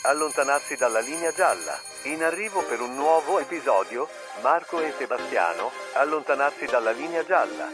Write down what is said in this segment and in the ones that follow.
allontanarsi dalla linea gialla. In arrivo per un nuovo episodio, Marco e Sebastiano, allontanarsi dalla linea gialla.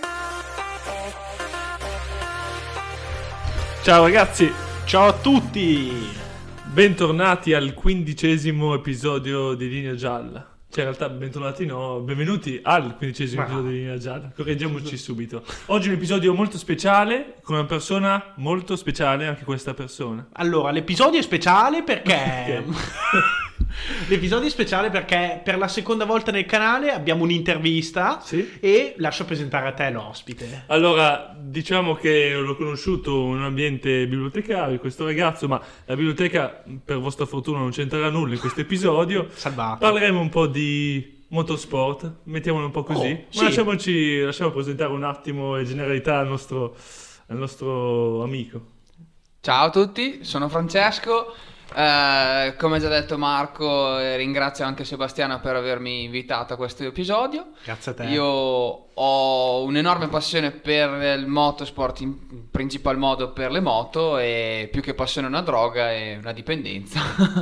Ciao ragazzi, ciao a tutti, bentornati al 15° episodio di Linea Gialla. Cioè in realtà bentornati no, benvenuti al 15° episodio di Linea Gialla. Correggiamoci subito. Oggi è un episodio molto speciale, con una persona molto speciale, anche questa persona. Allora, l'episodio è speciale perché... L'episodio è speciale perché per la seconda volta nel canale abbiamo un'intervista, sì? E lascio presentare a te l'ospite. Allora, diciamo che l'ho conosciuto in un ambiente bibliotecario, questo ragazzo, ma la biblioteca per vostra fortuna non c'entrerà nulla in questo episodio. Salvato. Parleremo un po' di motorsport, mettiamolo un po' così, ma sì. Lasciamo presentare un attimo le generalità al nostro amico. Ciao a tutti, sono Francesco. Come già detto Marco, ringrazio anche Sebastiano per avermi invitato a questo episodio. Grazie a te. Io ho un'enorme passione per il motorsport, in principal modo per le moto, e più che passione una droga è una dipendenza.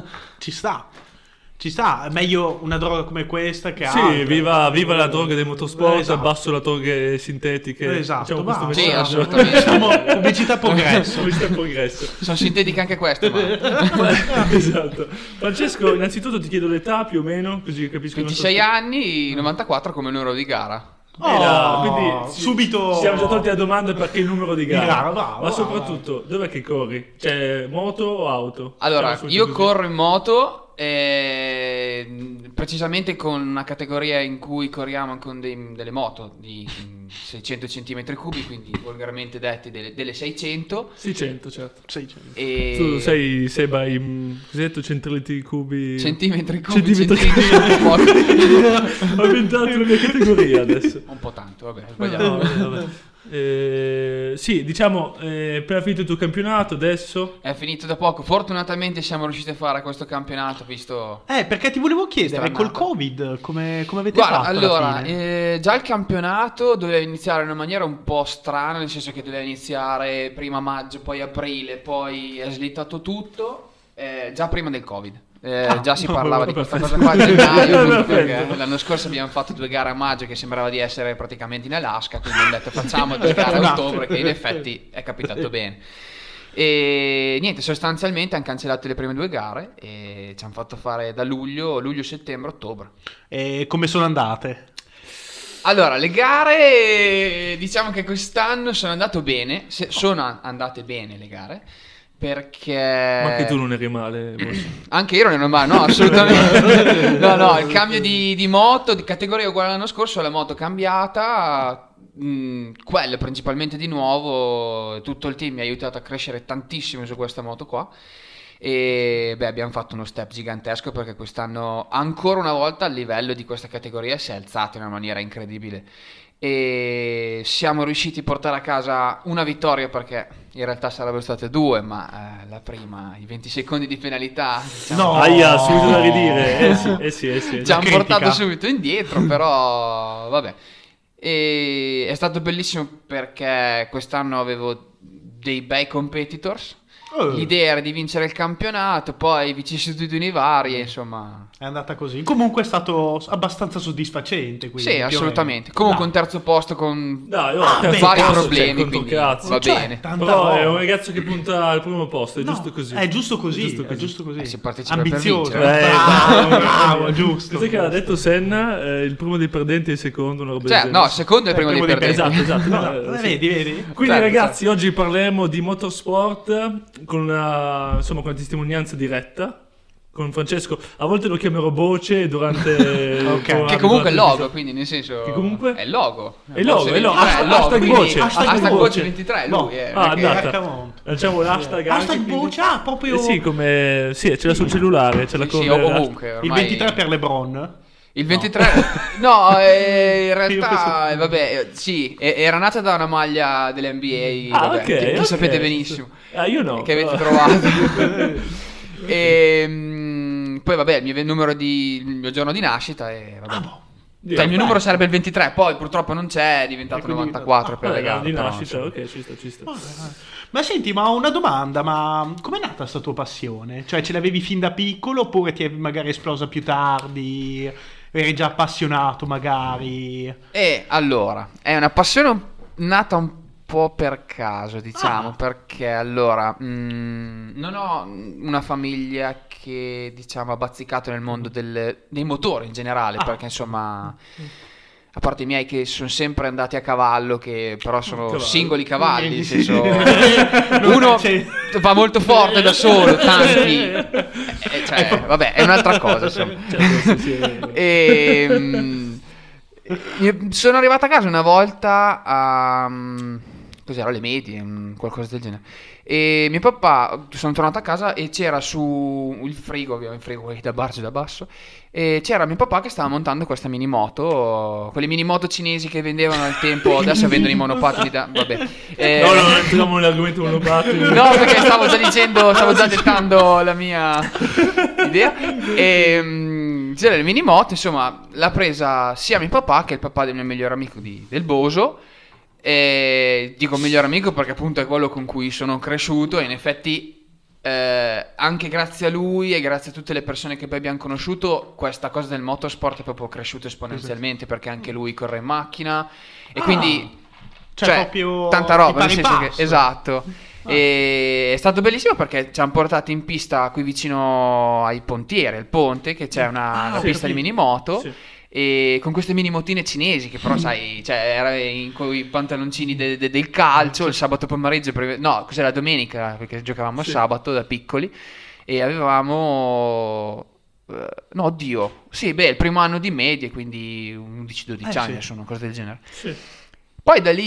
Ci sta, meglio una droga come questa che sì, viva la droga del motorsport, esatto. Abbasso le droghe sintetiche. Esatto, diciamo sì, assolutamente. Pubblicità progresso. Sono sintetiche anche queste, ma... Esatto. Francesco, innanzitutto ti chiedo l'età più o meno, così capisco. 26 anni, 94 come numero di gara. Quindi subito siamo già tolti la domanda perché il numero di gara. Bravo, ma soprattutto, dov'è che corri? Cioè, moto o auto? Allora, io corro in moto, precisamente con una categoria in cui corriamo con delle moto di 600 cm3, quindi volgarmente detti delle 600. 600, certo. 600. E... Tu sei Seba cosiddetto centilitri cubi. Centimetri cubi. Ho inventato la mia categoria adesso. Un po' tanto, vabbè, ho sbagliato. Vabbè. Sì, diciamo, appena finito il tuo campionato, adesso? È finito da poco, fortunatamente siamo riusciti a fare questo campionato, visto... perché ti volevo chiedere, col Covid, come avete fatto? Allora, già il campionato doveva iniziare in una maniera un po' strana, nel senso che doveva iniziare prima maggio, poi aprile, poi è slittato tutto, già prima del Covid. Già si parlava di questa cosa qua a gennaio, perché l'anno scorso abbiamo fatto 2 gare a maggio che sembrava di essere praticamente in Alaska, quindi abbiamo detto facciamo 2 gare a ottobre, che in effetti è capitato bene. E niente, sostanzialmente hanno cancellato le prime 2 gare e ci hanno fatto fare da luglio, settembre, ottobre. E come sono andate? Allora, le gare, diciamo che quest'anno sono andate bene, andate bene le gare. Perché... Ma anche tu non eri male. Anche io non ero male, no, assolutamente. No, il cambio di moto, di categoria uguale all'anno scorso, la moto cambiata, quello principalmente di nuovo, tutto il team mi ha aiutato a crescere tantissimo su questa moto qua. E abbiamo fatto uno step gigantesco perché quest'anno ancora una volta il livello di questa categoria si è alzato in una maniera incredibile. E siamo riusciti a portare a casa una vittoria, perché in realtà sarebbero state 2, ma la prima, i 20 secondi di penalità, diciamo, subito da ridire. Sì. Ci hanno portato subito indietro, però vabbè. E è stato bellissimo perché quest'anno avevo dei bei competitors. L'idea era di vincere il campionato, poi vicissitudini varie, insomma. È andata così. Comunque è stato abbastanza soddisfacente. Quindi, sì, assolutamente. Comunque un terzo posto con vari problemi, quindi va bene. Però è un ragazzo che punta al primo posto, è giusto così. È giusto così. Si partecipa ambizioso. per vincere. Bravo, giusto. Cos'è che ha detto Senna? Il primo dei perdenti e il secondo, una roba del genere. No, il secondo è il primo dei perdenti. Esatto. Vedi? Quindi ragazzi, oggi parleremo di motorsport con una testimonianza diretta con Francesco. A volte lo chiamerò voce durante che comunque è il logo, quindi nel senso che comunque è il logo. È il logo. Hashtag voce. Hashtag voce 23 lui è. Facciamo l'hashtag hashtag voce, proprio. Sì, come ce l'ha sul cellulare, ce l'ha ovunque. Il 23 per LeBron. Il 23 no, in realtà vabbè, sì, era nata da una maglia dell'NBA, che sapete benissimo. Io no. Che avete trovato. E poi vabbè, il mio numero il mio giorno di nascita e vabbè. Cioè, il mio numero sarebbe il 23, poi purtroppo non c'è, è diventato 94 per le gare. Di però, nascita, insomma. ok, ci sta. Ma senti, ma ho una domanda, ma com'è nata questa tua passione? Cioè, ce l'avevi fin da piccolo oppure ti è magari esplosa più tardi? Eri già appassionato magari? E allora, è una passione nata un po' per caso, diciamo, perché allora non ho una famiglia che, diciamo, ha bazzicato nel mondo dei motori in generale, perché insomma, a parte i miei che sono sempre andati a cavallo, che però sono singoli cavalli, nel senso, uno va molto forte da solo, tanti, cioè, vabbè, è un'altra cosa, insomma. Sono arrivato a casa una volta a cos'era, le medie, qualcosa del genere, e mio papà, sono tornato a casa e c'era su il frigo, abbiamo il frigo da basso e da basso, e c'era mio papà che stava montando questa mini moto, quelle mini moto cinesi che vendevano al tempo, adesso vendono i monopattini vabbè. No, non entriamo nell'argomento monopattini. No, perché stavo già dettando la mia idea. E c'era le mini moto, insomma, l'ha presa sia mio papà che il papà del mio migliore amico del Boso. E dico miglior amico perché appunto è quello con cui sono cresciuto, e in effetti anche grazie a lui e grazie a tutte le persone che poi abbiamo conosciuto, questa cosa del motorsport è proprio cresciuta esponenzialmente, perché anche lui corre in macchina e quindi cioè proprio tanta roba, nel senso che, esatto. E è stato bellissimo perché ci hanno portato in pista qui vicino ai Pontieri, al ponte, che c'è una pista di minimoto. Sì. E con queste mini motine cinesi che però sai, cioè era in quei pantaloncini del calcio, il sabato pomeriggio, no, cos'era, la domenica, perché giocavamo sabato da piccoli, e avevamo no, oddio, sì, beh, il primo anno di medie, quindi 11-12 anni, sono cose del genere. Sì. Poi da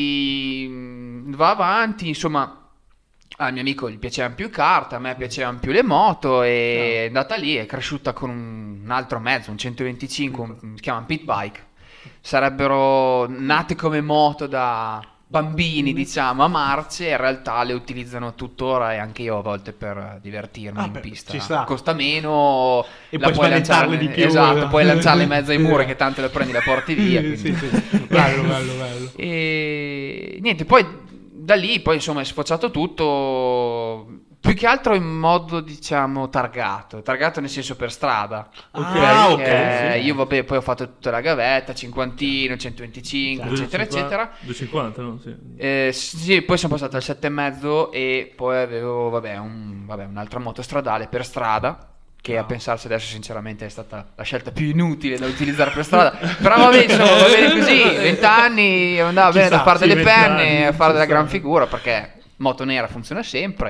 lì va avanti, insomma. Al mio amico gli piacevano più kart, a me piacevano più le moto, e è andata lì, è cresciuta con un altro mezzo, un 125, si chiama pit bike. Sarebbero nate come moto da bambini, diciamo, a marce, in realtà le utilizzano tuttora, e anche io a volte per divertirmi in pista. Ci sta. Costa meno e puoi lanciarle di più. Esatto, puoi lanciarle in mezzo ai muri che tanto le prendi e la porti via. Sì. Bello. E niente, poi da lì poi insomma è sfociato tutto, più che altro in modo, diciamo, targato nel senso per strada. Perché io vabbè, poi ho fatto tutta la gavetta, cinquantino, 125, eccetera eccetera. 250, no? Sì, poi sono passato al 7,5 e poi avevo un'altra moto stradale per strada, che a pensarsi adesso sinceramente è stata la scelta più inutile da utilizzare per strada, però vabbè, insomma, va bene così, 20 anni, andava bene da fare delle penne, a fare della gran figura, perché moto nera funziona sempre,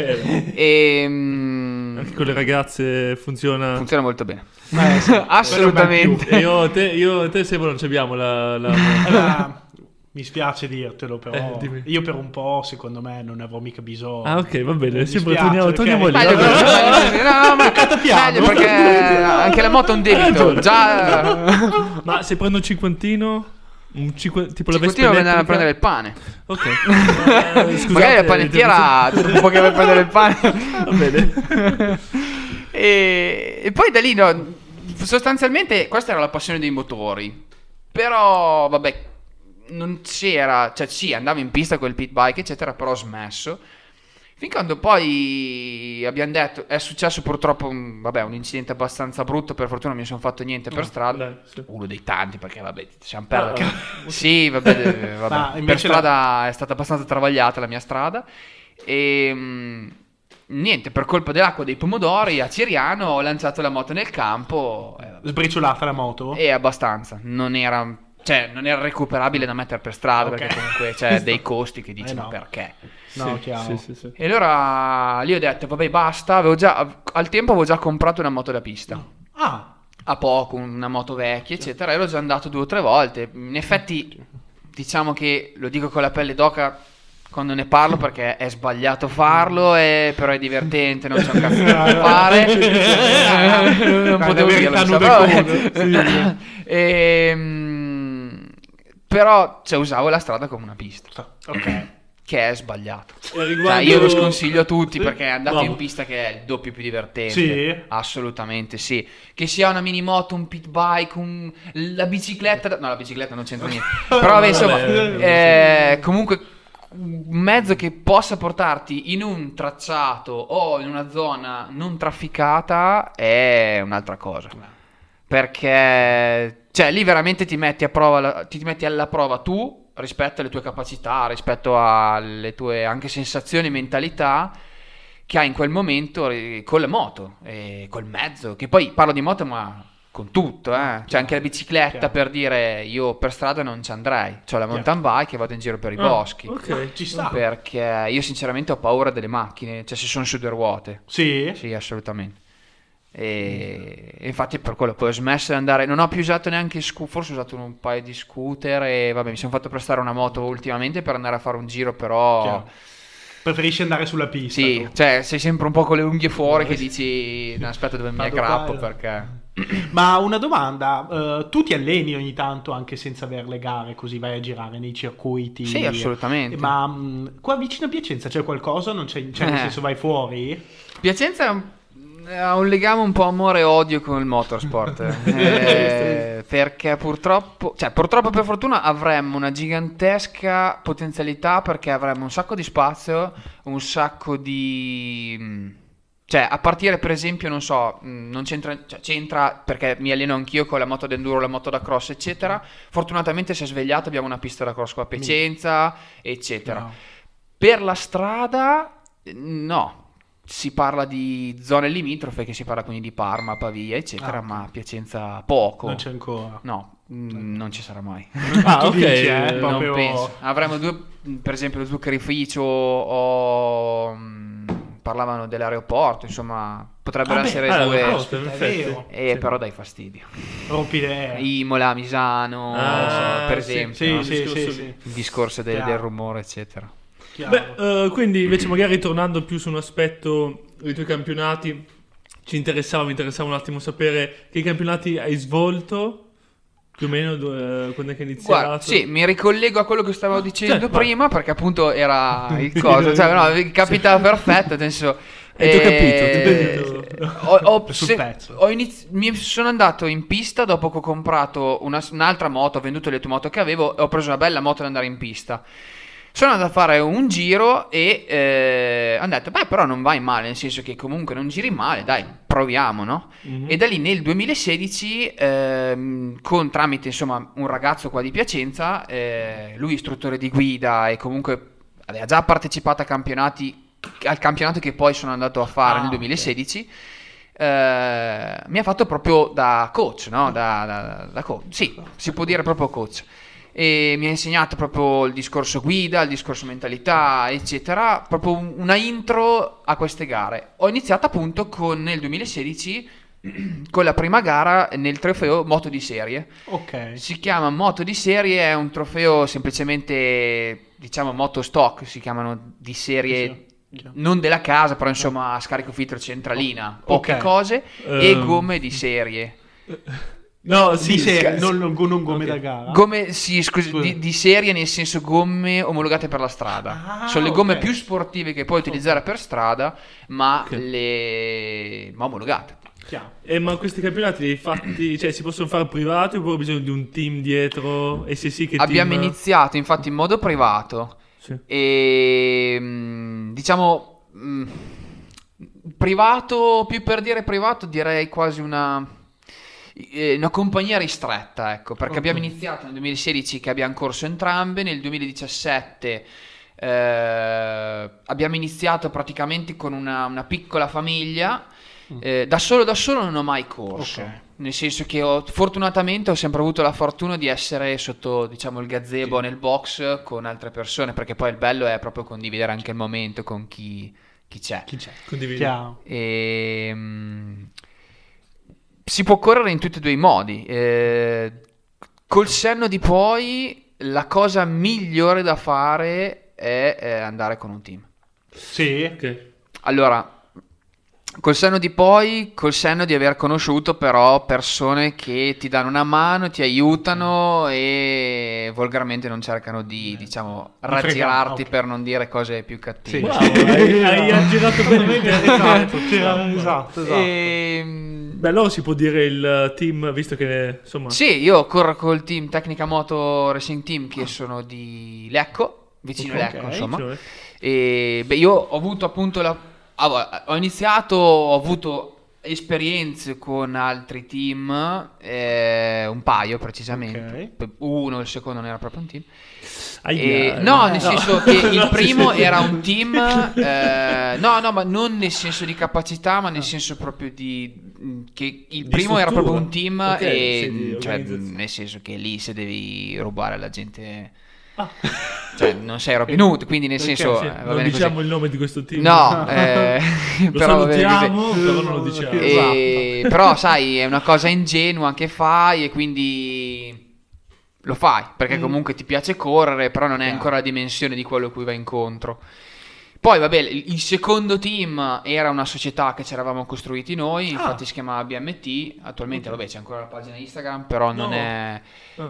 e anche con le ragazze funziona molto bene, assolutamente. E io e te Sebo non ci abbiamo la... Mi spiace dirtelo, però io per un po' secondo me non ne avrò mica bisogno. Ah, ok, va bene, sempre torniamo lì. No, ma meglio, perché anche la moto è un debito. Già. Ma se prendo un cinquantino, tipo la Vespa elettrica, andare a prendere il pane. Ok. Scusate, magari la panettiera un po' che vai a prendere il pane. Va bene. E poi da lì, no, sostanzialmente questa era la passione dei motori. Però vabbè, non c'era, cioè sì, andavo in pista con il pit bike eccetera, però ho smesso fin quando poi abbiamo detto, è successo purtroppo un incidente abbastanza brutto, per fortuna non mi sono fatto niente per strada, uno dei tanti, perché vabbè, siamo persi. Sì, vabbè. Per strada è stata abbastanza travagliata la mia strada, e niente, per colpa dell'acqua dei pomodori a Ciriano ho lanciato la moto nel campo. Sbriciolata la moto? E abbastanza, non era recuperabile da mettere per strada, perché comunque c'è dei costi che dici ma perché? No, chiaro. Sì. E allora lì ho detto vabbè, basta, al tempo avevo già comprato una moto da pista. A poco, una moto vecchia eccetera, ero già andato 2 o 3 volte. In effetti diciamo che lo dico con la pelle d'oca quando ne parlo, perché è sbagliato farlo, però è divertente, non c'è un cazzo da fare. Non potevo dirlo, però usavo la strada come una pista. che è sbagliato. Riguardo... Io lo sconsiglio a tutti perché andate Bravo. in pista che è il doppio più divertente. Sì? Assolutamente sì. Che sia una minimoto, un pit bike, la bicicletta. No, la bicicletta non c'entra niente. Però vabbè, insomma, comunque un mezzo che possa portarti in un tracciato o in una zona non trafficata è un'altra cosa. Perché cioè lì veramente ti metti alla prova tu rispetto alle tue capacità, rispetto alle tue anche sensazioni e mentalità che hai in quel momento con la moto e col mezzo, che poi parlo di moto ma con tutto, Cioè anche la bicicletta, Chiaro. per dire, io per strada non ci andrei, c'ho la mountain bike e vado in giro per i boschi. Ok, Ci sta. Perché io sinceramente ho paura delle macchine, cioè se sono su 2 ruote. Sì? Sì, assolutamente. E infatti per quello poi ho smesso di andare, non ho più usato neanche forse ho usato un paio di scooter e vabbè mi sono fatto prestare una moto ultimamente per andare a fare un giro, però Chiaro. Preferisci andare sulla pista? sì, tu? cioè sei sempre un po' con le unghie fuori che dici no, aspetta dove mi Vado aggrappo qua, perché Ma una domanda, tu ti alleni ogni tanto anche senza avere le gare, così vai a girare nei circuiti? sì, assolutamente. Ma qua vicino a Piacenza c'è qualcosa? Non c'è, cioè nel senso vai fuori? Piacenza ha un legame un po' amore e odio con il motorsport, perché purtroppo per fortuna avremmo una gigantesca potenzialità, perché avremmo un sacco di spazio, un sacco di... Cioè, a partire per esempio, non so, non c'entra, cioè, c'entra perché mi alleno anch'io con la moto da enduro, la moto da cross, eccetera. Fortunatamente si è svegliato, abbiamo una pista da cross qua a Piacenza, eccetera. No. Per la strada, no. Si parla di zone limitrofe, che si parla quindi di Parma, Pavia, eccetera, ok. ma a Piacenza poco. Non c'è ancora. No, non ci sarà mai. Ah, Tu ok. dici, Non proprio... penso. Avremo per esempio lo zuccherificio o parlavano dell'aeroporto, insomma, potrebbero Ah, beh, essere l'aeroporto, due. È perfetto. vero. Però dai fastidio. Rompi le... Imola, Misano, per sì, esempio, Sì, no? sì, discorso sì, lì. sì. Il discorso del Chiaro. rumore, eccetera. Chiaro. Beh, quindi invece magari tornando più su un aspetto dei tuoi campionati, mi interessava un attimo sapere che campionati hai svolto, più o meno quando è che hai iniziato. Guarda, sì, mi ricollego a quello che stavo dicendo certo, vai. prima, perché appunto era il coso, cioè no, capita perfetto, nel senso... Hai tu capito? Sul pezzo. Mi sono andato in pista dopo che ho comprato un'altra moto, ho venduto le tue moto che avevo e ho preso una bella moto da andare in pista. Sono andato a fare un giro e hanno detto, beh, però non vai male, nel senso che comunque non giri male, dai, proviamo, no? E da lì nel 2016, tramite insomma un ragazzo qua di Piacenza, lui istruttore di guida e comunque aveva già partecipato al campionato che poi sono andato a fare nel 2016, mi ha fatto proprio da coach, no? Da coach. Sì, si può dire proprio coach. E mi ha insegnato proprio il discorso guida, il discorso mentalità, eccetera, proprio una intro a queste gare. Ho iniziato appunto nel 2016 con la prima gara nel trofeo moto di serie. Ok. Si chiama moto di serie, è un trofeo semplicemente, diciamo, moto stock, si chiamano di serie, Sì. non della casa, però insomma scarico filtro centralina, poche Ok. cose e gomme di serie. No, sì, Di serie, sì. non gomme Ok. da gara. Gomme, sì, scusi, Scusa. di serie nel senso gomme omologate per la strada. Ah, Sono le gomme ok. più sportive che puoi utilizzare per strada, ma Ok. ma omologate. Chiaro. Ma questi campionati li hai fatti, cioè si possono fare privati oppure hai bisogno di un team dietro? E se sì, che Abbiamo team? iniziato infatti in modo privato Sì. e diciamo privato, più per dire privato direi quasi una compagnia ristretta, ecco, perché abbiamo iniziato nel 2016 che abbiamo corso entrambe, nel 2017 abbiamo iniziato praticamente con una piccola famiglia, da solo non ho mai corso, Ok. nel senso che fortunatamente ho sempre avuto la fortuna di essere sotto, diciamo, il gazebo nel box con altre persone, perché poi il bello è proprio condividere anche il momento con chi c'è. Chi c'è? Condividi. Chiaro. E, si può correre in tutti e due i modi. Col senno di poi, la cosa migliore da fare è andare con un team. Sì. Ok. Allora, Col senno di poi, col senno di aver conosciuto però persone che ti danno una mano, ti aiutano e volgarmente non cercano di, diciamo, raggirarti per non dire cose più cattive. Wow, hai aggirato bene. Esatto. Beh, allora si può dire il team, visto che insomma... Sì, io corro col team Tecnica Moto Racing Team, che sono di Lecco, vicino Lecco, insomma. Cioè, E io ho avuto appunto ho avuto esperienze con altri team, un paio precisamente. Uno, il secondo non era proprio un team. No, nel senso che il primo era un team, no, ma non nel senso di capacità, ma nel senso proprio che il primo era proprio un team, e cioè, nel senso che lì se devi rubare alla gente... Cioè, non sei Robin Hood, quindi nel senso va non bene diciamo così. il nome di questo team. No, lo però salutiamo, però non lo diciamo. Però sai, è una cosa ingenua che fai e quindi lo fai perché comunque ti piace correre, però non è ancora la dimensione di quello a cui vai incontro. Poi vabbè, il secondo team era una società che ci eravamo costruiti noi, infatti si chiamava BMT, attualmente vabbè c'è ancora la pagina Instagram, però non è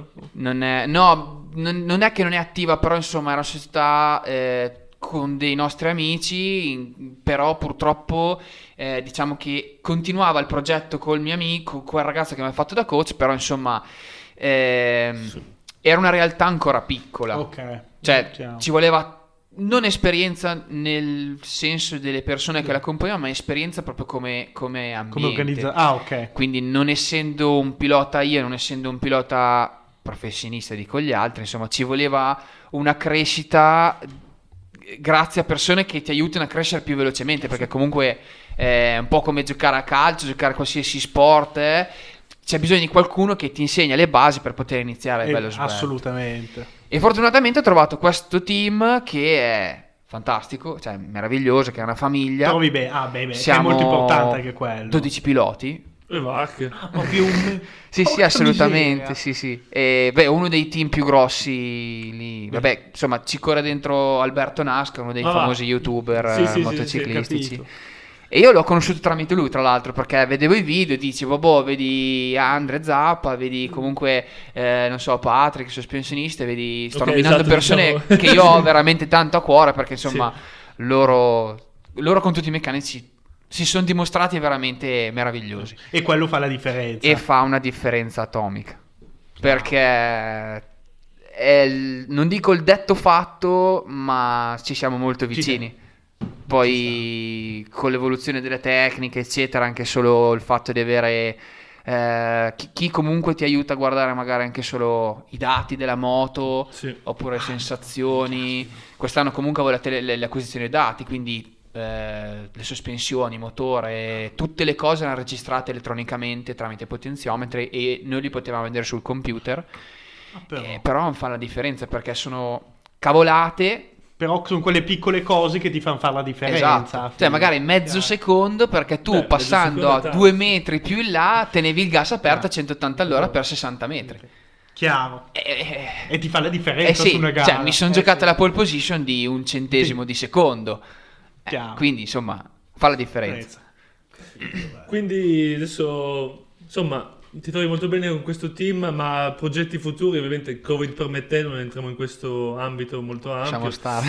che non è attiva, però insomma era una società con dei nostri amici, però purtroppo diciamo che continuava il progetto col mio amico, quel ragazzo che mi ha fatto da coach, però insomma era una realtà ancora piccola, cioè ci voleva non esperienza nel senso delle persone che la componevano, ma esperienza proprio come ambiente. Quindi non essendo un pilota io, non essendo un pilota professionista di con gli altri, insomma ci voleva una crescita grazie a persone che ti aiutano a crescere più velocemente, perché comunque è un po' come giocare a calcio, giocare a qualsiasi sport, c'è bisogno di qualcuno che ti insegna le basi per poter iniziare il bello svelto. Assolutamente. E fortunatamente ho trovato questo team che è fantastico, cioè meraviglioso, che è una famiglia. Trovi bene, siamo è molto importante anche quello. 12 piloti. Sì, assolutamente, sì. E, uno dei team più grossi lì, vabbè, insomma, ci corre dentro Alberto Nasca, uno dei famosi youtuber motociclistici. E io l'ho conosciuto tramite lui, tra l'altro, perché vedevo i video e dicevo, vedi Andre Zappa, vedi comunque, non so, Patrick, sospensionista, vedi, sto nominando persone che io ho veramente tanto a cuore, perché insomma, loro con tutti i meccanici si sono dimostrati veramente meravigliosi. E quello fa la differenza. E fa una differenza atomica, perché non dico il detto fatto, ma ci siamo molto vicini. Poi con l'evoluzione delle tecniche eccetera, anche solo il fatto di avere chi comunque ti aiuta a guardare magari anche solo i dati della moto, oppure sensazioni. Quest'anno comunque avevo le acquisizioni dati, quindi le sospensioni, motore, tutte le cose erano registrate elettronicamente tramite potenziometri e noi li potevamo vedere sul computer. Però non fa la differenza, perché sono cavolate. Però sono quelle piccole cose che ti fanno fare la differenza. Esatto. Cioè magari mezzo secondo, perché tu passando a 2 metri più in là tenevi il gas aperto a 180 all'ora per 60 metri. Chiaro. E ti fa la differenza su una gara. Cioè mi sono giocata la pole position di 1/100 di secondo. Quindi insomma fa la differenza. Quindi adesso insomma ti trovi molto bene con questo team, ma progetti futuri, ovviamente Covid permettendo, non entriamo in questo ambito molto ampio. Lasciamo stare.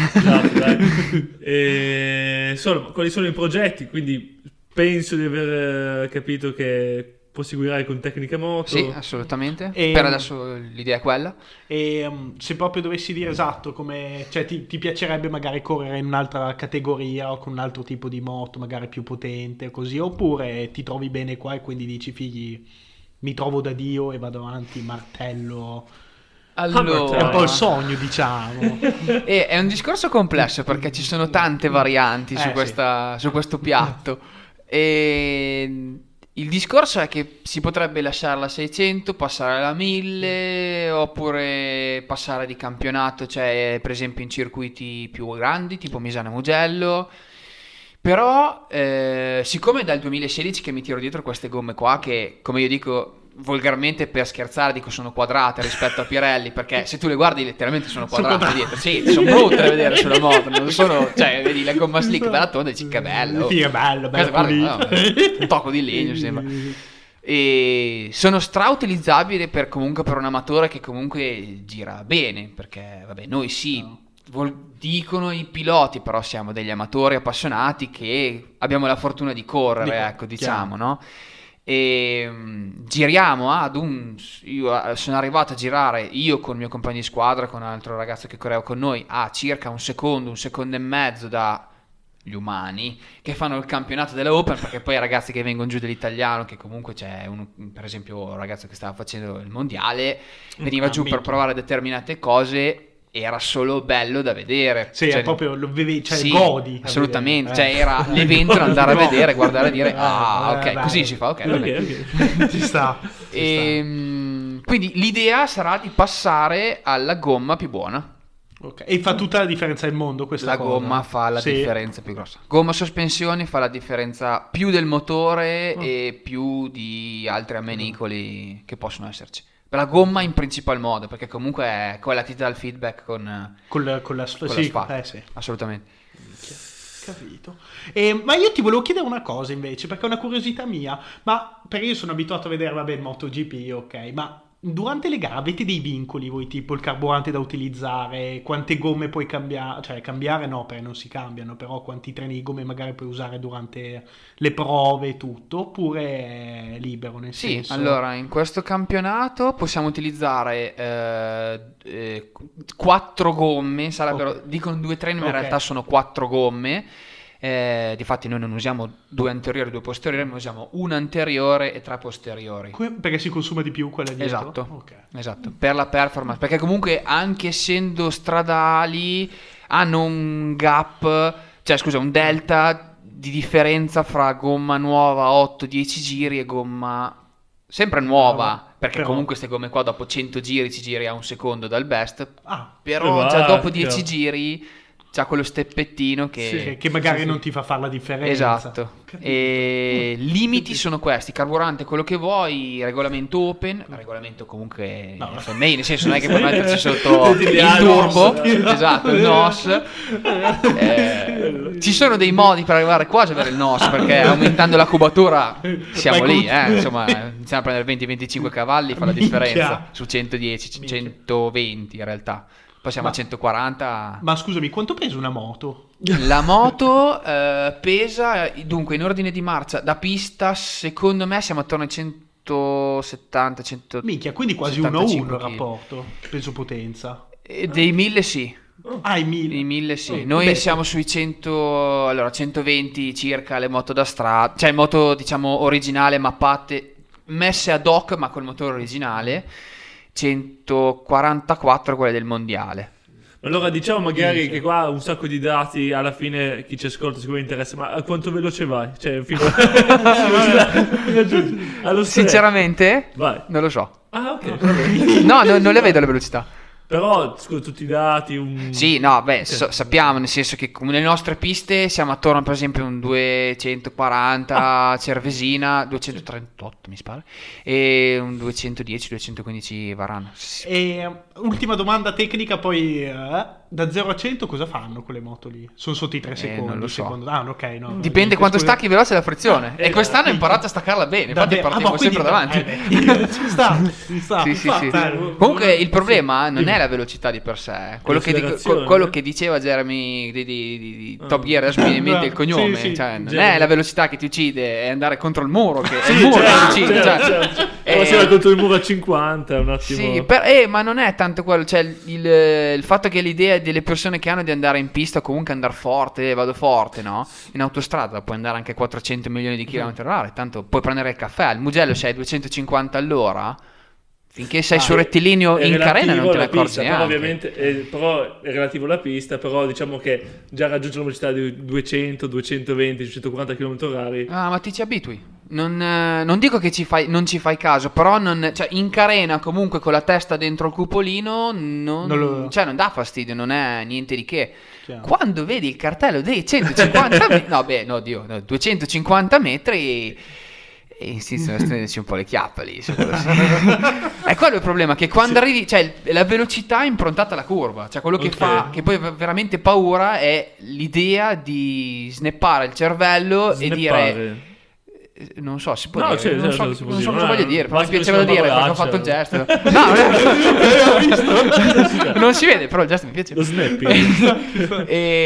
Quali sono i progetti? Quindi penso di aver capito che proseguirai con Tecnica Moto. Sì, assolutamente. Per adesso l'idea è quella. E se proprio dovessi dire cioè ti piacerebbe magari correre in un'altra categoria o con un altro tipo di moto, magari più potente o così, oppure ti trovi bene qua e quindi dici figli, mi trovo da Dio e vado avanti, martello. Allora, è un po' il sogno, diciamo. È un discorso complesso, perché ci sono tante varianti su questo piatto. E il discorso è che si potrebbe lasciare la 600, passare alla 1000, oppure passare di campionato, cioè per esempio in circuiti più grandi tipo Misano Mugello. Però siccome è dal 2016 che mi tiro dietro queste gomme qua, che come io dico volgarmente per scherzare dico sono quadrate rispetto a Pirelli, perché se tu le guardi letteralmente sono quadrate dietro. Sì, sono brutte da vedere sulla moto, non sono, cioè vedi la gomma slick bella tonda e dici che bello. Sì, è bello, Guarda, un tocco di legno sembra. E sono strautilizzabili per un amatore che comunque gira bene, perché vabbè, noi sì, dicono i piloti, però siamo degli amatori appassionati che abbiamo la fortuna di correre, ecco, diciamo, no? E giriamo io sono arrivato a girare io con il mio compagno di squadra, con un altro ragazzo che correva con noi, a circa un secondo e mezzo dagli umani che fanno il campionato della Open, perché poi i ragazzi che vengono giù dell'italiano, che comunque c'è per esempio un ragazzo che stava facendo il mondiale, veniva giù per provare determinate cose. Era solo bello da vedere. Sì, è proprio lo vedevi, cioè godi. Assolutamente, cioè era l'evento da andare a vedere, guardare e dire ok, così si fa, ok. Ci sta. Quindi l'idea sarà di passare alla gomma più buona. Okay. E fa tutta la differenza del mondo questa cosa? Gomma fa la differenza più grossa. Gomma sospensioni fa la differenza più del motore e più di altri ammenicoli che possono esserci. La gomma in principal modo, perché comunque è quella che ti dà il feedback con la spalla. Sì. Assolutamente. Capito. Ma io ti volevo chiedere una cosa invece, perché è una curiosità mia, ma perché io sono abituato a vedere, vabbè, il MotoGP, ok, ma durante le gare avete dei vincoli voi, tipo il carburante da utilizzare, quante gomme puoi cambiare, cioè cambiare no, perché non si cambiano, però quanti treni di gomme magari puoi usare durante le prove e tutto, oppure è libero nel senso? Sì, allora in questo campionato possiamo utilizzare 4 gomme, sarebbero, dicono 2 treni, ma in realtà sono 4 gomme. Difatti noi non usiamo 2 anteriori e 2 posteriori, ma usiamo 1 anteriore e 3 posteriori. Perché si consuma di più quella dietro? Esatto, per la performance, perché comunque anche essendo stradali hanno un gap, cioè scusa, un delta di differenza fra gomma nuova 8-10 giri e gomma sempre nuova, perché però comunque queste gomme qua dopo 100 giri ci giri a un secondo dal best, però già dopo 10 giri c'ha quello steppettino che magari non ti fa fare la differenza. Esatto. E limiti sono questi: carburante quello che vuoi, regolamento open, regolamento comunque main, nel senso non è che puoi metterci sotto il turbo, esatto, il NOS. Ci sono dei modi per arrivare quasi ad avere il NOS, perché aumentando la cubatura siamo lì, insomma, iniziamo a prendere 20-25 cavalli, fa la differenza su 110, 120 in realtà. Poi siamo a 140. Ma scusami, quanto pesa una moto? La moto pesa, dunque in ordine di marcia da pista, secondo me siamo attorno ai 170, 100. Minchia, quindi quasi 1-1 il rapporto peso-potenza. Dei 1000 sì. I 1000? I 1000 sì. Noi siamo sui 120 circa le moto da strada, cioè moto diciamo originale mappate, messe ad hoc ma col motore originale. 144 quelle del mondiale. Allora diciamo magari che qua un sacco di dati, alla fine chi ci ascolta sicuramente interessa, ma a quanto veloce vai? Cioè fino allo sinceramente vai. Non lo so. Ah ok. No, non le vedo le velocità. Però scusa, tutti i dati sì, no, beh, sappiamo, nel senso che nelle nostre piste siamo attorno per esempio a un 240 Cervesina, 238 mi pare, e un 210-215 Varano. E ultima domanda tecnica, poi da 0 a 100 cosa fanno quelle moto lì? Sono sotto i 3 secondi? Non lo so. Ok, no. Dipende quanto stacchi veloce la frizione. E quest'anno ho imparato a staccarla bene, infatti partiamo sempre davanti. Ci sta. Sì. Comunque il problema non è la velocità di per sé, quello che diceva Jeremy di Top Gear, adesso mi viene in mente il cognome, cioè non è la velocità che ti uccide, è andare contro il muro che è il muro che ti uccide, certo. Se vai contro il muro a 50 è un attimo. Sì, ma non è tanto quello, cioè il fatto che l'idea delle persone che hanno di andare in pista o comunque andare forte, vado forte, no? In autostrada puoi andare anche a 400 milioni di chilometri all'ora, tanto puoi prendere il caffè, il Mugello sei a 250 all'ora. Finché sei su rettilineo in carena non te ne accorgi neanche. Però ovviamente però è relativo alla pista, però diciamo che già raggiunge la velocità di 200, 220, 240 km/h. Ma ti ci abitui. Non dico che non ci fai caso, però cioè in carena comunque con la testa dentro il cupolino non dà fastidio, non è niente di che. Chiaro. Quando vedi il cartello dei 150 250 metri E iniziano a stendersi un po' le chiappe lì. È quello il problema, che quando arrivi, cioè la velocità è improntata alla curva, cioè quello che fa, che poi veramente paura è l'idea di snappare il cervello e dire... Non so, si può dire. Non so cosa voglio dire, però mi piaceva da dire perché ho fatto il gesto. No, non si vede, però il gesto mi piace. Lo snapping.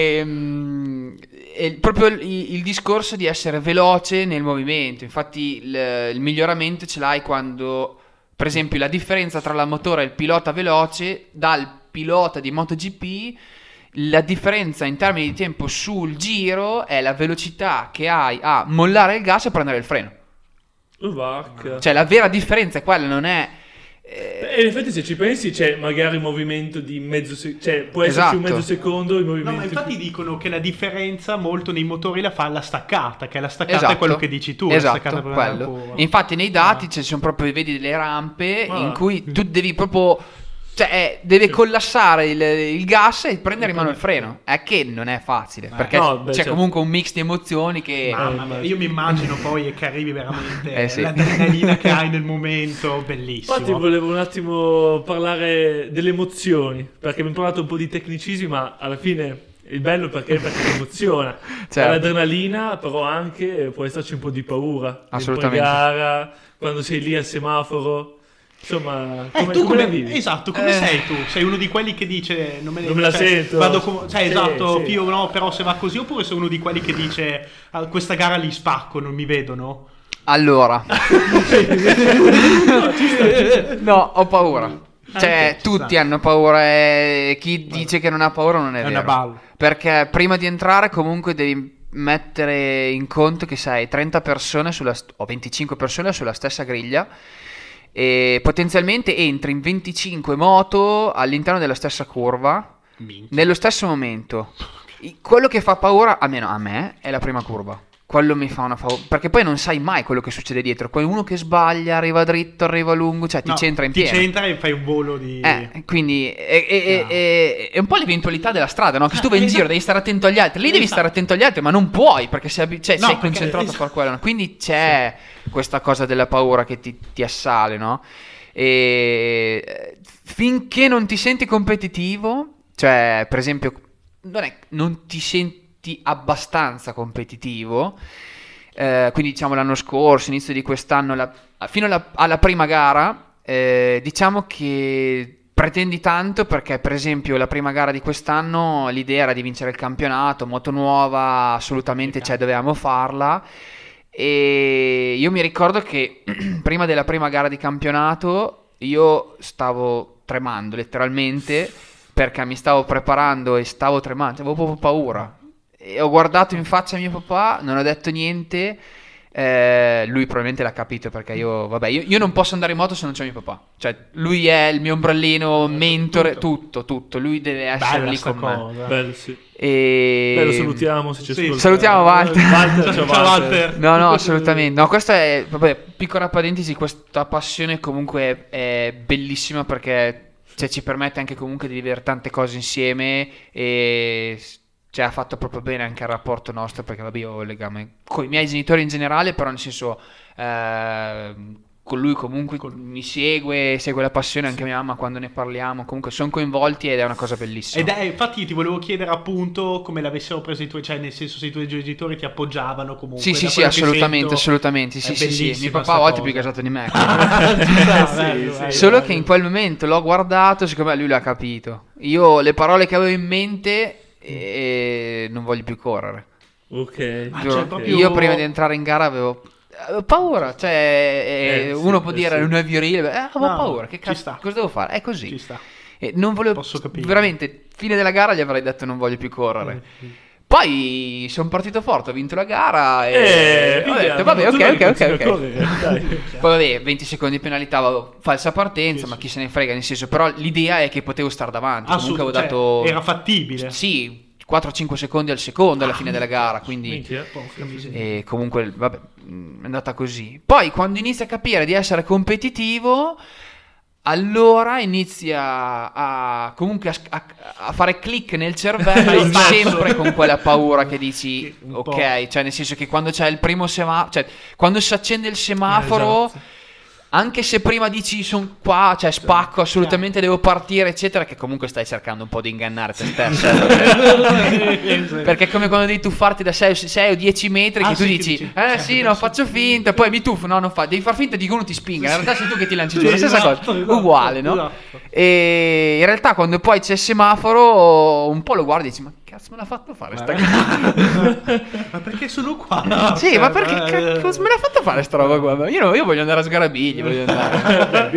È proprio il discorso di essere veloce nel movimento. Infatti il miglioramento ce l'hai quando, per esempio, la differenza tra la motora e il pilota veloce, dal pilota di MotoGP, la differenza in termini di tempo sul giro è la velocità che hai a mollare il gas e prendere il freno. Vacca. Cioè la vera differenza è quella, non è... E in effetti se ci pensi c'è magari un movimento di mezzo secondo, cioè può esserci un mezzo secondo il movimento. No, ma infatti dicono che la differenza molto nei motori la fa la staccata, che la staccata è quello che dici tu. Esatto, quello. Infatti nei dati ci sono proprio, vedi, delle rampe in cui tu devi proprio... Cioè, deve collassare il gas e prendere in mano il freno. È che non è facile, perché c'è comunque un mix di emozioni che... Mamma mia, io mi immagino poi che arrivi veramente l'adrenalina che hai nel momento, bellissimo. Infatti volevo un attimo parlare delle emozioni, perché abbiamo parlato un po' di tecnicismi, ma alla fine il bello perché ti emoziona. Certo. L'adrenalina, però anche può esserci un po' di paura. Assolutamente. In gara, quando sei lì al semaforo... Insomma, come la vivi? Esatto, come sei tu? Sei uno di quelli che dice non me la sento. Esatto, io no, però se va così, oppure sei uno di quelli che dice questa gara li spacco, non mi vedono? Allora. No, ho paura. Cioè, tutti hanno paura e chi dice che non ha paura non è vero. Una balla. Perché prima di entrare comunque devi mettere in conto che sei 30 persone o 25 persone sulla stessa griglia. E potenzialmente entri in 25 moto all'interno della stessa curva nello stesso momento. Quello che fa paura, almeno a me, è la prima curva. Quello mi fa una paura, perché poi non sai mai quello che succede dietro. Poi uno che sbaglia, arriva dritto, arriva lungo, cioè ti c'entra in pieno. Ti c'entra e fai un volo di... Quindi è un po' l'eventualità della strada, no? Che tu vai in giro, devi stare attento agli altri. Lì devi stare attento agli altri, ma non puoi, perché sei concentrato a fare quello, no? Quindi c'è questa cosa della paura che ti assale, no? E finché non ti senti competitivo, cioè per esempio non ti senti abbastanza competitivo, quindi diciamo l'anno scorso, inizio di quest'anno, fino alla prima gara, diciamo che pretendi tanto, perché per esempio la prima gara di quest'anno l'idea era di vincere il campionato, moto nuova, assolutamente, cioè dovevamo farla. E io mi ricordo che prima della prima gara di campionato io stavo tremando letteralmente, perché mi stavo preparando e stavo tremando, avevo proprio paura. E ho guardato in faccia a mio papà, non ho detto niente. Lui probabilmente l'ha capito, perché io non posso andare in moto se non c'è mio papà. Cioè lui è il mio ombrellino, mentore, tutto. Lui deve essere bella lì con cosa. me. Bello, sì. E... Bello, salutiamo se ci ascolta. Salutiamo Walter. Ciao Walter. No, assolutamente. No, questa è, piccola parentesi, questa passione comunque è bellissima, perché ci permette anche comunque di vivere tante cose insieme, e ha fatto proprio bene anche al rapporto nostro, perché io ho un legame con i miei genitori in generale, però nel senso con lui comunque mi segue la passione, anche mia mamma, quando ne parliamo comunque sono coinvolti, ed è una cosa bellissima. Infatti ti volevo chiedere appunto come l'avessero preso i tuoi, cioè nel senso se i tuoi genitori ti appoggiavano comunque. Sì, assolutamente. Sì. Mio papà a volte è più casato di me. Solo che in quel momento l'ho guardato, secondo me lui l'ha capito. Io le parole che avevo in mente, e non voglio più correre. Ok. Io prima di entrare in gara avevo paura, cioè uno può dire non è virile, avevo paura, che cazzo, cosa devo fare? È così. Ci sta. E non volevo, posso capire. Veramente, fine della gara gli avrei detto non voglio più correre. Poi sono partito forte, ho vinto la gara e ho detto vabbè, ok. Poi 20 secondi di penalità, falsa partenza, ma chi se ne frega, nel senso, però l'idea è che potevo stare davanti, comunque avevo dato, era fattibile. Sì, 4-5 secondi al secondo alla fine della gara, quindi e comunque vabbè, è andata così. Poi quando inizi a capire di essere competitivo, allora inizia comunque a fare click nel cervello, sempre con quella paura che dici ok, cioè nel senso che quando c'è il primo semaforo, cioè quando si accende il semaforo, esatto. Anche se prima dici sono qua, cioè spacco assolutamente, devo partire eccetera, che comunque stai cercando un po' di ingannare te stesso, perché è come quando devi tuffarti da 6 o 10 metri, che tu dici sì, no, faccio finta, poi mi tuffo, no, non fa, devi far finta di che uno ti spinga, in realtà sei tu che ti lanci giù, la stessa cosa, uguale, no? Esatto. E in realtà quando poi c'è il semaforo un po' lo guardi e dici ma cazzo me l'ha fatto fare sta cosa? Ma perché sono qua? Sì, ma perché cosa me l'ha fatto fare sta roba qua? Io voglio andare a sgarabigli, voglio andare.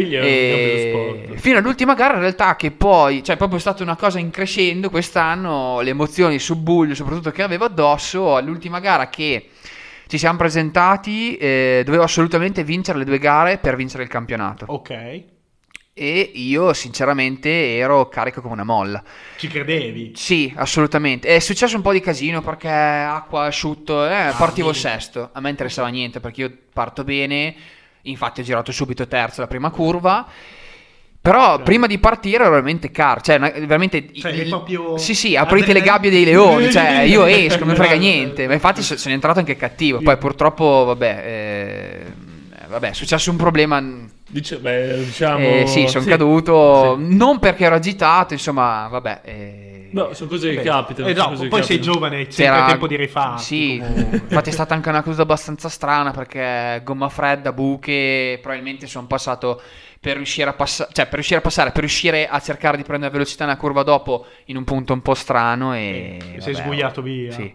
Fino all'ultima gara in realtà, che poi, cioè proprio è stata una cosa in crescendo quest'anno, le emozioni sul buio soprattutto che avevo addosso, all'ultima gara che ci siamo presentati, dovevo assolutamente vincere le 2 gare per vincere il campionato. Ok. E io sinceramente ero carico come una molla. Ci credevi? Sì, assolutamente. È successo un po' di casino perché acqua, asciutto, partivo sesto. A me interessava niente perché io parto bene, infatti ho girato subito terzo la prima curva. Però prima di partire ero veramente cioè veramente proprio sì, aprite le gabbie dei leoni, cioè io esco, non mi frega niente. Ma infatti sono entrato anche cattivo. Poi purtroppo vabbè, è successo un problema. Diciamo sì, sono caduto, non perché ero agitato, insomma, vabbè. No, sono cose che capitano. Poi sei giovane, c'è sempre tempo di rifarti. Sì, infatti è stata anche una cosa abbastanza strana perché gomma fredda, buche, probabilmente sono passato per riuscire a passare, cioè per riuscire a cercare di prendere velocità nella curva dopo in un punto un po' strano e sei sbugliato via. Sì.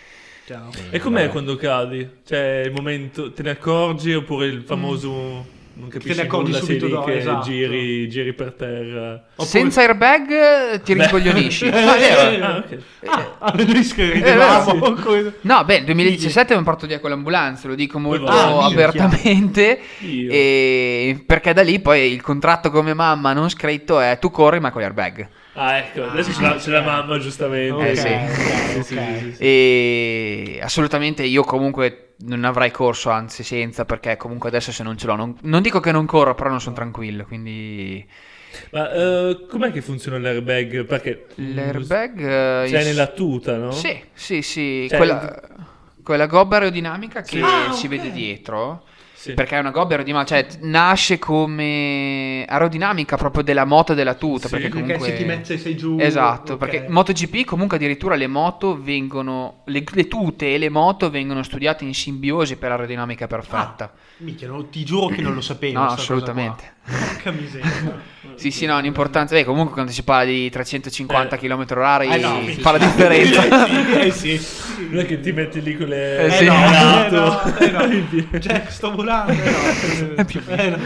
E com'è quando cadi? Cioè il momento, te ne accorgi oppure il famoso non capisci, te ne accorgi nulla, subito dopo, che esatto. giri per terra. Senza airbag ti rincoglionisci. Ok. ridevamo. No, beh, nel 2017 abbiamo portato via con l'ambulanza, lo dico molto apertamente, perché da lì poi il contratto come mamma non scritto è tu corri ma con gli airbag. Ecco, adesso c'è la mamma giustamente. Okay. E assolutamente io comunque non avrei corso, anzi senza, perché comunque adesso se non ce l'ho non dico che non corro, però non sono tranquillo, quindi. Ma com'è che funziona l'airbag? Perché l'airbag c'è nella tuta, no? Sì, Cioè, quella gobba aerodinamica che si vede dietro. Sì. Perché è una gobba aerodinamica, cioè nasce come aerodinamica proprio della moto e della tuta. Sì, perché comunque se ti metti sei giù. Esatto, perché MotoGP comunque addirittura le moto vengono, le tute e le moto vengono studiate in simbiosi per l'aerodinamica perfetta. Minchia, ti giuro che non lo sapevo. No, assolutamente. Porca miseria. Sì, no, l'importanza. Comunque quando si parla di 350 km/h fa la differenza. Sì. Non è che ti metti lì con le. No. Jack, sto volando. Più o meno.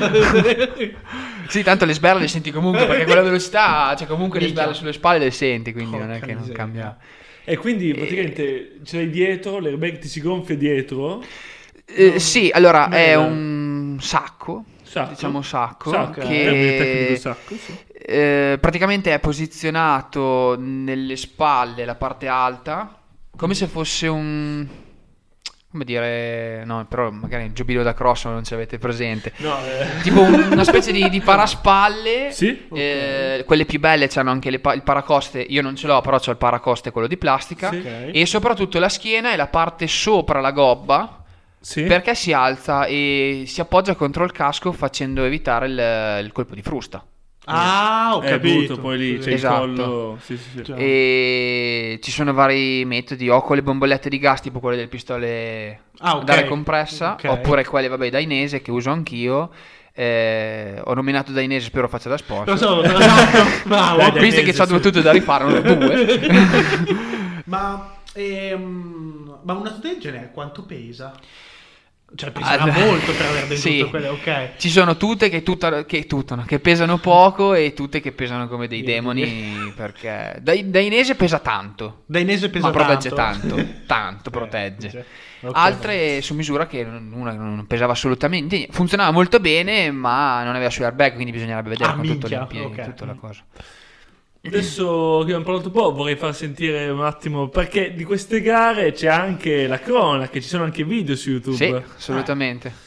Sì, tanto le sberle le senti comunque, perché quella velocità, cioè comunque le sberle sulle spalle le senti, quindi non è che non cambia. E quindi praticamente ce l'hai dietro, l'airbag ti si gonfia dietro? Sì, allora è un sacco. Diciamo sacco che praticamente è posizionato nelle spalle, la parte alta, come se fosse un, come dire, no, però magari il giubbino da cross non ce l'avete presente, tipo una specie di paraspalle. Sì? Quelle più belle c'hanno anche il paracoste, io non ce l'ho, però c'ho il paracoste, quello di plastica, e soprattutto la schiena e la parte sopra la gobba. Sì. Perché si alza e si appoggia contro il casco facendo evitare il colpo di frusta. Ho capito. Poi lì c'è esatto. il collo. Sì. E ci sono vari metodi, o con le bombolette di gas tipo quelle del pistole d'aria compressa, oppure quelle dainese che uso anch'io. Ho nominato dainese, spero faccia da sponsor. Visto che c'ho 2 tute da rifare, non 2. Ma una tuta del genere quanto pesa? Cioè peserà molto per aver venduto quelle, Ci sono tute che pesano poco e tutte che pesano come dei demoni, perché dainese pesa tanto. Ma protegge tanto protegge. Altre su misura che una non pesava assolutamente niente. Funzionava molto bene, ma non aveva suoi airbag, quindi bisognerebbe vedere con tutto l'impiego, tutta la cosa. Adesso che abbiamo parlato un po', vorrei far sentire un attimo, perché di queste gare c'è anche la cronaca, ci sono anche video su YouTube. Sì, assolutamente.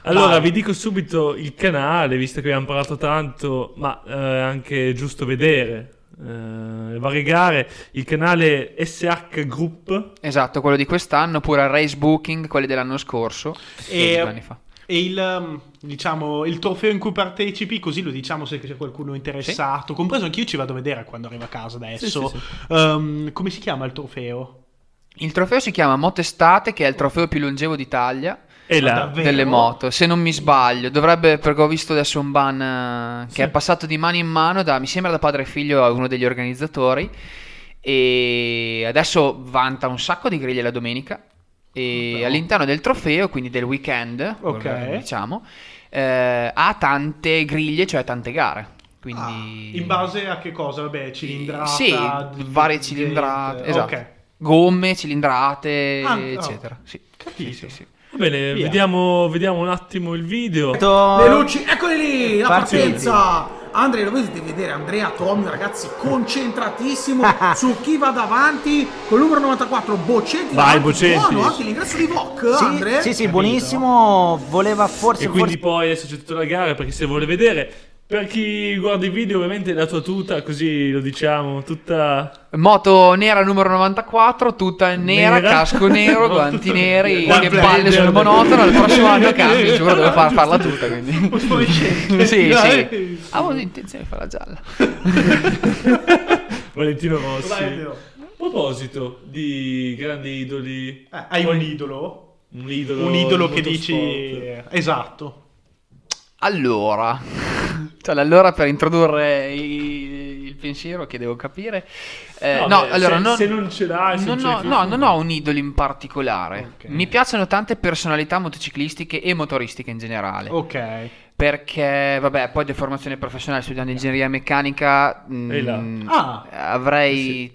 Allora, Vai. vi dico subito il canale, visto che abbiamo parlato tanto, ma è anche giusto vedere varie gare. Il canale SH Group. Esatto, quello di quest'anno, oppure Race Booking, quelli dell'anno scorso, E- 2 anni fa. E il trofeo in cui partecipi, così lo diciamo se c'è qualcuno interessato, compreso anch'io ci vado a vedere quando arrivo a casa adesso. Sì. Come si chiama il trofeo? Il trofeo si chiama Motestate, che è il trofeo più longevo d'Italia E là. davvero? delle moto, se non mi sbaglio. Dovrebbe, perché ho visto adesso un ban che è passato di mano in mano mi sembra da padre e figlio a uno degli organizzatori, e adesso vanta un sacco di griglie la domenica. E all'interno del trofeo, quindi del weekend, Ok. diciamo, ha tante griglie, cioè tante gare. Quindi In base a che cosa? Vabbè, cilindrata. sì, varie gate, cilindrate, esatto. Ok. Gomme, cilindrate, Ah, eccetera. Sì. Capito. Sì. Va bene, Via. vediamo un attimo il video. Le luci, eccoli lì, la Partiti. partenza. Andrea, lo vedete vedere Andrea Tomio, ragazzi, concentratissimo su chi va davanti con il numero 94 Boccetti. Vai, davanti. Boccetti. Buono anche l'ingresso di Voc, Andrea. Sì, buonissimo. Voleva forse. E quindi poi adesso c'è tutta la gara, perché se vuole vedere. Per chi guarda i video, ovviamente la tua tuta, così lo diciamo, tutta... Moto nera numero 94, tutta nera, Nera. casco nero, guanti neri, Guanti che palle neri. sono monotono. Il prossimo anno cambi, giuro, devo farla tutta. Quindi. Fluorescente. Sì, Dai. sì. Avevo intenzione di farla gialla. Valentino Rossi. Vai, A Teo. proposito di grandi idoli... Hai un idolo? Un idolo, Un idolo che del dici... motorsport. Esatto. Allora, per introdurre il pensiero che devo capire. No, beh, allora, se non ce l'hai, se non ce l'hai più. non ho un idolo in particolare. Ok. Mi piacciono tante personalità motociclistiche e motoristiche in generale. Ok. Perché, vabbè, poi deformazione professionale studiando ingegneria meccanica, E là. avrei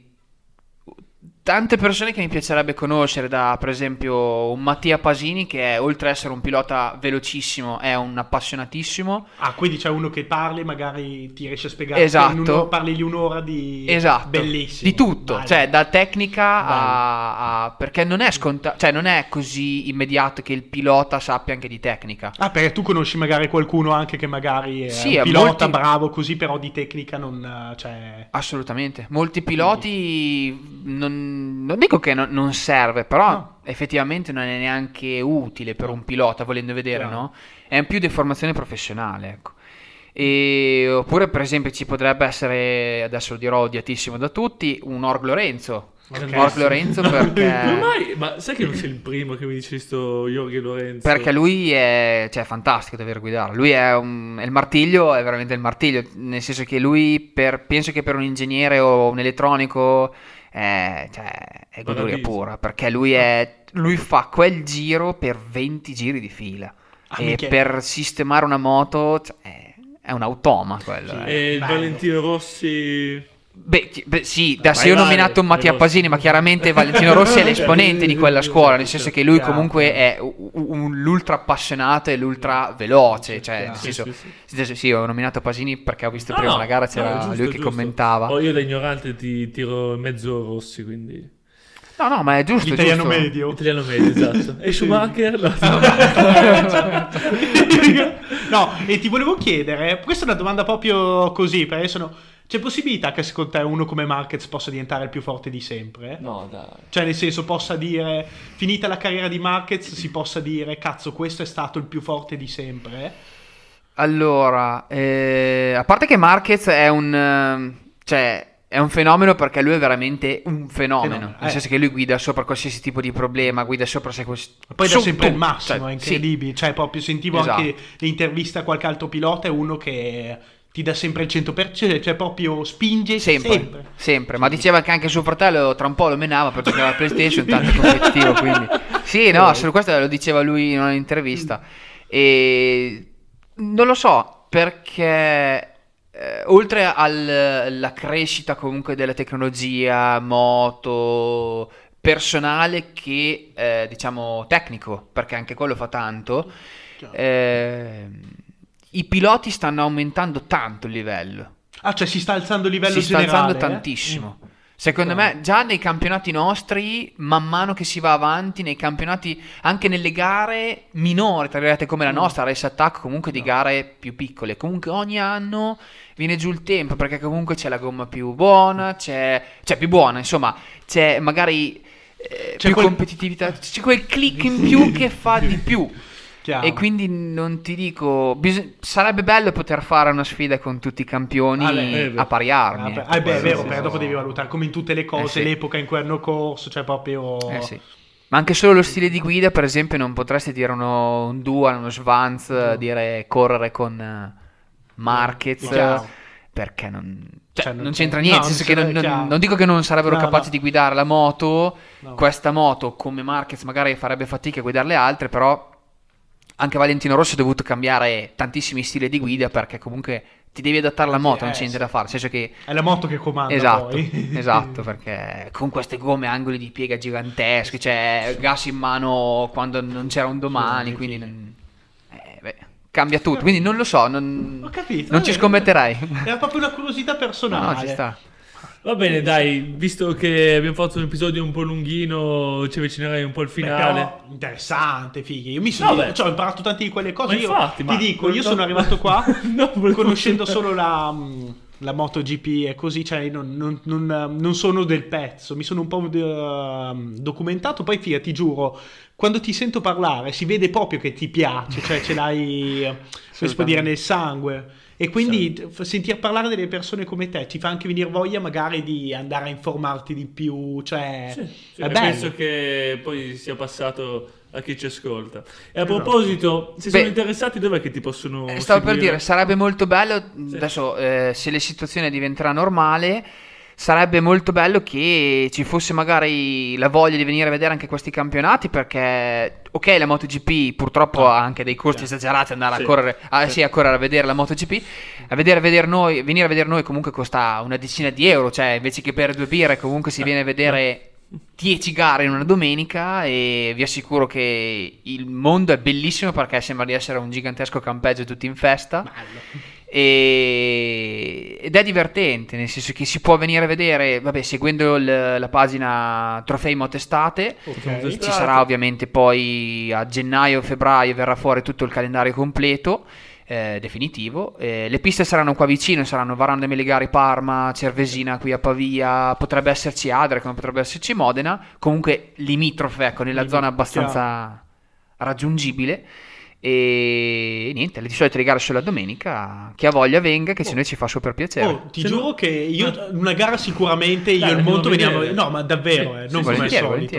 tante persone che mi piacerebbe conoscere, per esempio un Mattia Pasini, che oltre ad essere un pilota velocissimo è un appassionatissimo. Ah, quindi c'è uno che parli, magari ti riesce a spiegare. Esatto. Parli un'ora di... Esatto, Bellissimo. di tutto, Vai. cioè da tecnica Vai. perché non è scontato, cioè non è così immediato che il pilota sappia anche di tecnica. Ah, perché tu conosci magari qualcuno anche che magari è Sì, un pilota molti- bravo così, però di tecnica non... Cioè... Assolutamente, molti piloti non dico che non serve, però No. effettivamente non è neanche utile per un pilota, volendo vedere, Chiaro. no? È più deformazione professionale, ecco. Oppure per esempio ci potrebbe essere, adesso lo dirò odiatissimo da tutti, un Org Lorenzo. Ok. Org Lorenzo Come perché... mai? Ma sai che non sei il primo che mi dice sto Jorge Lorenzo? Perché lui è fantastico da aver guidare. Lui è il martiglio, è veramente il martiglio. Nel senso che lui, penso che per un ingegnere o un elettronico, è goduria Paradiso. pura. Perché lui fa quel giro per 20 giri di fila. Ah, E minchia. per sistemare una moto, è un automa quello. Sì. E il Bello. Valentino Rossi... Beh, sì, adesso io ho nominato un Mattia veloce. Pasini, ma chiaramente Valentino Rossi è l'esponente di quella scuola, nel senso che lui Chiaro. comunque è l'ultra appassionato e l'ultra veloce, cioè nel Chiaro. senso, sì, ho nominato Pasini perché ho visto No, prima no, la gara, no, c'era è giusto, lui è che giusto. commentava. Oh, io da ignorante ti tiro in mezzo Rossi, quindi... No, ma è giusto, è L'italiano giusto. medio. Italiano medio, esatto. E Schumacher? No. No, e ti volevo chiedere, questa è una domanda proprio così, perché c'è possibilità che secondo te uno come Marquez possa diventare il più forte di sempre? No, dai. Cioè nel senso possa dire, finita la carriera di Marquez, si possa dire, cazzo, questo è stato il più forte di sempre? Allora, a parte che Marquez è è un fenomeno, perché lui è veramente un fenomeno, Fenomeno, nel senso che lui guida sopra qualsiasi tipo di problema, guida sopra Poi dà sempre il massimo, cioè, è incredibile. Cioè proprio sentivo Esatto. anche le interviste a qualche altro pilota, è uno che ti dà sempre il 100%, cioè proprio spinge Sempre. Ma diceva che anche suo fratello tra un po' lo menava per giocare alla PlayStation, tanto è competitivo, quindi sì, no, solo questo lo diceva lui in un'intervista. E non lo so, perché oltre alla crescita comunque della tecnologia, moto, personale che diciamo tecnico, perché anche quello fa tanto, i piloti stanno aumentando tanto il livello. Ah, cioè si sta alzando il livello Si sta generale? alzando tantissimo. Secondo me già nei campionati nostri, man mano che si va avanti, nei campionati, anche nelle gare minori, tra virgolette, come la nostra, Race Attack, comunque di gare più piccole, comunque ogni anno viene giù il tempo, perché comunque c'è la gomma più buona, c'è più buona, insomma, c'è magari più competitività, c'è quel click in più che fa di più. Chiaro. E quindi non ti dico, sarebbe bello poter fare una sfida con tutti i campioni a pari armi. È vero, perché dopo devi valutare come in tutte le cose, sì. l'epoca in cui hanno corso, cioè proprio... Sì. Ma anche solo lo stile di guida, per esempio, non potresti dire un Duan, uno Schwanz, dire correre con Marquez, perché non c'entra niente, nel senso che non dico che non sarebbero capaci di guidare la moto, questa moto come Marquez magari farebbe fatica a guidare le altre, però anche Valentino Rossi ha dovuto cambiare tantissimi stili di guida perché comunque ti devi adattare alla moto, non c'è niente da fare, nel senso che è la moto che comanda. Esatto, perché con queste gomme angoli di piega giganteschi, cioè gas in mano quando non c'era un domani, quindi cambia tutto, quindi non lo so, non ci scommetterei. Era proprio una curiosità personale. No, ci sta. Va bene, dai, visto che abbiamo fatto un episodio un po' lunghino, ci avvicinerai un po' al finale. Però interessante, fighi. Io ho imparato tante di quelle cose. Ma Io sono arrivato qua conoscendo solo la MotoGP e così, cioè non sono del pezzo, mi sono un po' documentato, poi ti giuro, quando ti sento parlare si vede proprio che ti piace, cioè ce l'hai, come si può dire, nel sangue. E quindi sentir parlare delle persone come te ti fa anche venire voglia magari di andare a informarti di più, cioè è bello. Penso che poi sia passato a chi ci ascolta. E a proposito, se sono interessati, dov'è che ti possono stavo per dire, sarebbe molto bello adesso, se la situazione diventerà normale, sarebbe molto bello che ci fosse magari la voglia di venire a vedere anche questi campionati, perché ok, la MotoGP purtroppo ha anche dei costi esagerati, andare a correre a correre a vedere la MotoGP, venire a vedere noi comunque costa una decina di euro, cioè invece che bere 2 birre comunque si viene a vedere 10 gare in una domenica, e vi assicuro che il mondo è bellissimo perché sembra di essere un gigantesco campeggio tutti in festa. Ed è divertente, nel senso che si può venire a vedere, seguendo la pagina Trofei Motestate. Ci sarà ovviamente poi a gennaio-febbraio verrà fuori tutto il calendario completo, definitivo. Le piste saranno qua vicino, saranno Varano de Meligari, Parma, Cervesina qui a Pavia, potrebbe esserci Adria, come potrebbe esserci Modena, comunque limitrofe, nella zona abbastanza raggiungibile. E niente, di solito le gare sono la domenica, chi ha voglia venga, che se noi ci fa super piacere. Ti giuro che io una gara sicuramente io e il Monto veniamo, no, ma davvero, non come al solito.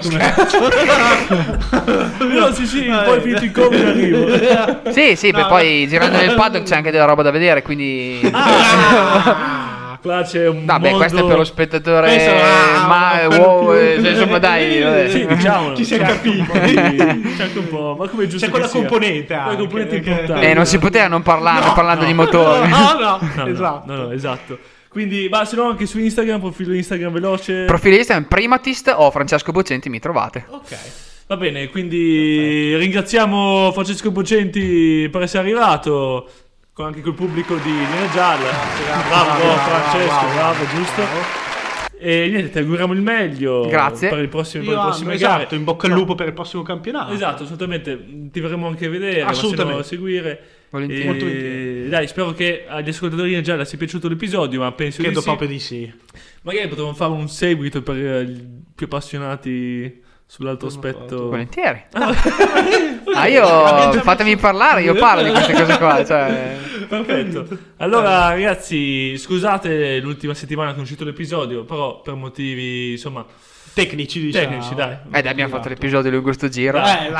Poi finito in come arrivo. Sì, poi girando nel paddock c'è anche della roba da vedere, quindi Qua c'è un mondo... questo è per lo spettatore, insomma dai, sì, diciamolo, ci si è capito. C'è anche un po', ma come giusto, c'è quella componente, la componente importante. Non si poteva non parlare parlando di motori. No, esatto. Quindi, se no anche su Instagram, profilo Instagram veloce. Profilo Instagram Primatist o Francesco Boccenti, mi trovate. Ok. Va bene, quindi ringraziamo Francesco Boccenti per essere arrivato, anche col pubblico di Linea Gialla. Bravo Francesco, bravo, giusto? E niente, ti auguriamo il meglio. Grazie. Per le prossime gare. In bocca al lupo per il prossimo campionato. Esatto, assolutamente. Ti verremo anche a vedere, assolutamente, a seguire. Volentieri. Dai, spero che agli ascoltatori di Linea Gialla sia piaciuto l'episodio, ma penso credo di sì. Proprio di sì. Magari potremmo fare un seguito per i più appassionati sull'altro aspetto. Volentieri. Io fatemi parlare, io parlo di queste cose qua, cioè. Perfetto. Allora ragazzi, scusate l'ultima settimana che è uscito l'episodio, però per motivi insomma tecnici, diciamo. Dai. Abbiamo fatto l'episodio lungo sto giro.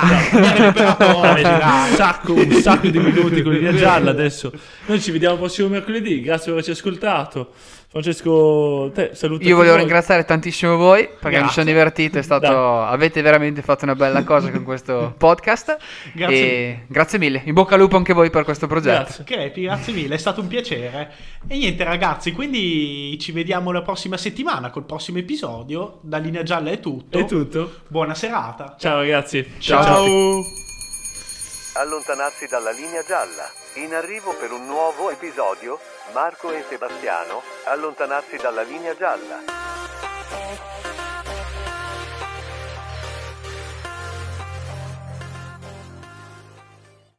Un sacco di minuti con Linea Gialla. Adesso noi ci vediamo il prossimo mercoledì. Grazie per averci ascoltato. Francesco, te saluto. Io volevo ringraziare tantissimo voi perché mi sono divertito, avete veramente fatto una bella cosa con questo podcast. Grazie mille. In bocca al lupo anche voi per questo progetto. Grazie mille, è stato un piacere. E niente ragazzi, quindi ci vediamo la prossima settimana col prossimo episodio. Da Linea Gialla è tutto. Buona serata. Ciao ragazzi. Ciao. Allontanarsi dalla linea gialla. In arrivo per un nuovo episodio, Marco e Sebastiano, allontanarsi dalla linea gialla.